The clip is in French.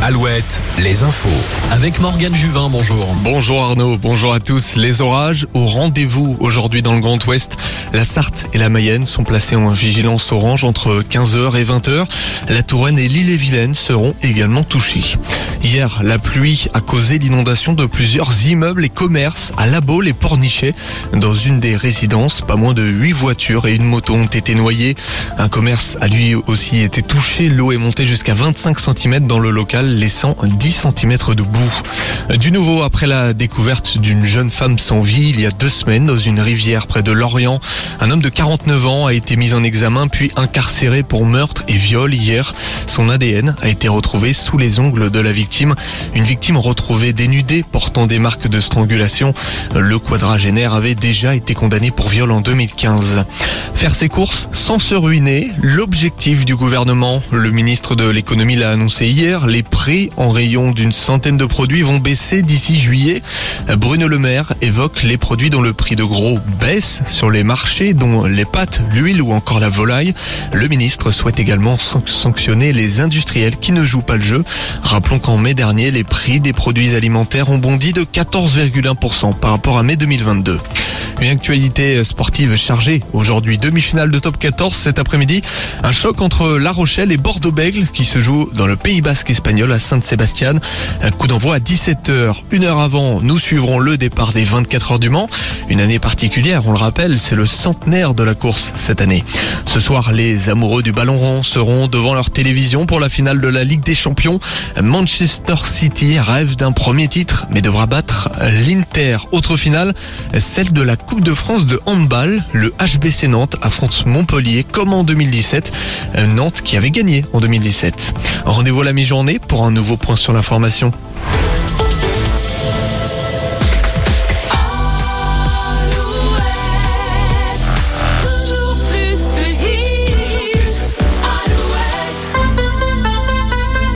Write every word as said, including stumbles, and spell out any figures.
Alouette, les infos. Avec Morgane Juvin, bonjour. Bonjour Arnaud, bonjour à tous. Les orages au rendez-vous aujourd'hui dans le Grand Ouest. La Sarthe et la Mayenne sont placées en vigilance orange entre quinze heures et vingt heures. La Touraine et l'Ille-et-Vilaine seront également touchées. Hier, la pluie a causé l'inondation de plusieurs immeubles et commerces à La Baule et Pornichet. Dans une des résidences, pas moins de huit voitures et une moto ont été noyées. Un commerce a lui aussi été touché. L'eau est montée jusqu'à vingt-cinq centimètres dans le local, laissant dix centimètres de boue. Du nouveau, après la découverte d'une jeune femme sans vie il y a deux semaines dans une rivière près de Lorient, un homme de quarante-neuf ans a été mis en examen puis incarcéré pour meurtre et viol hier. Son A D N a été retrouvé sous les ongles de la victime. Une victime retrouvée dénudée, portant des marques de strangulation. Le quadragénaire avait déjà été condamné pour viol en deux mille quinze. Faire ses courses sans se ruiner, l'objectif du gouvernement. Le ministre de l'économie l'a annoncé hier. Les prix en rayon d'une centaine de produits vont baisser d'ici juillet. Bruno Le Maire évoque les produits dont le prix de gros baisse sur les marchés, dont les pâtes, l'huile ou encore la volaille. Le ministre souhaite également sanctionner les industriels qui ne jouent pas le jeu. Rappelons qu'en mai dernier, les prix des produits alimentaires ont bondi de quatorze virgule un pour cent par rapport à mai deux mille vingt-deux. Une actualité sportive chargée. Aujourd'hui, demi-finale de top quatorze cet après-midi. Un choc entre La Rochelle et Bordeaux-Bègles qui se joue dans le Pays Basque espagnol à Saint-Sébastien. Un coup d'envoi à dix-sept heures. Une heure avant, nous suivrons le départ des vingt-quatre heures du Mans. Une année particulière, on le rappelle, c'est le centenaire de la course cette année. Ce soir, les amoureux du ballon rond seront devant leur télévision pour la finale de la Ligue des Champions. Manchester City rêve d'un premier titre, mais devra battre l'Inter. Autre finale, celle de la Coupe de France de handball. Le H B C Nantes affronte Montpellier comme en deux mille dix-sept. Nantes qui avait gagné en deux mille dix-sept. Rendez-vous à la mi-journée pour un nouveau point sur l'information.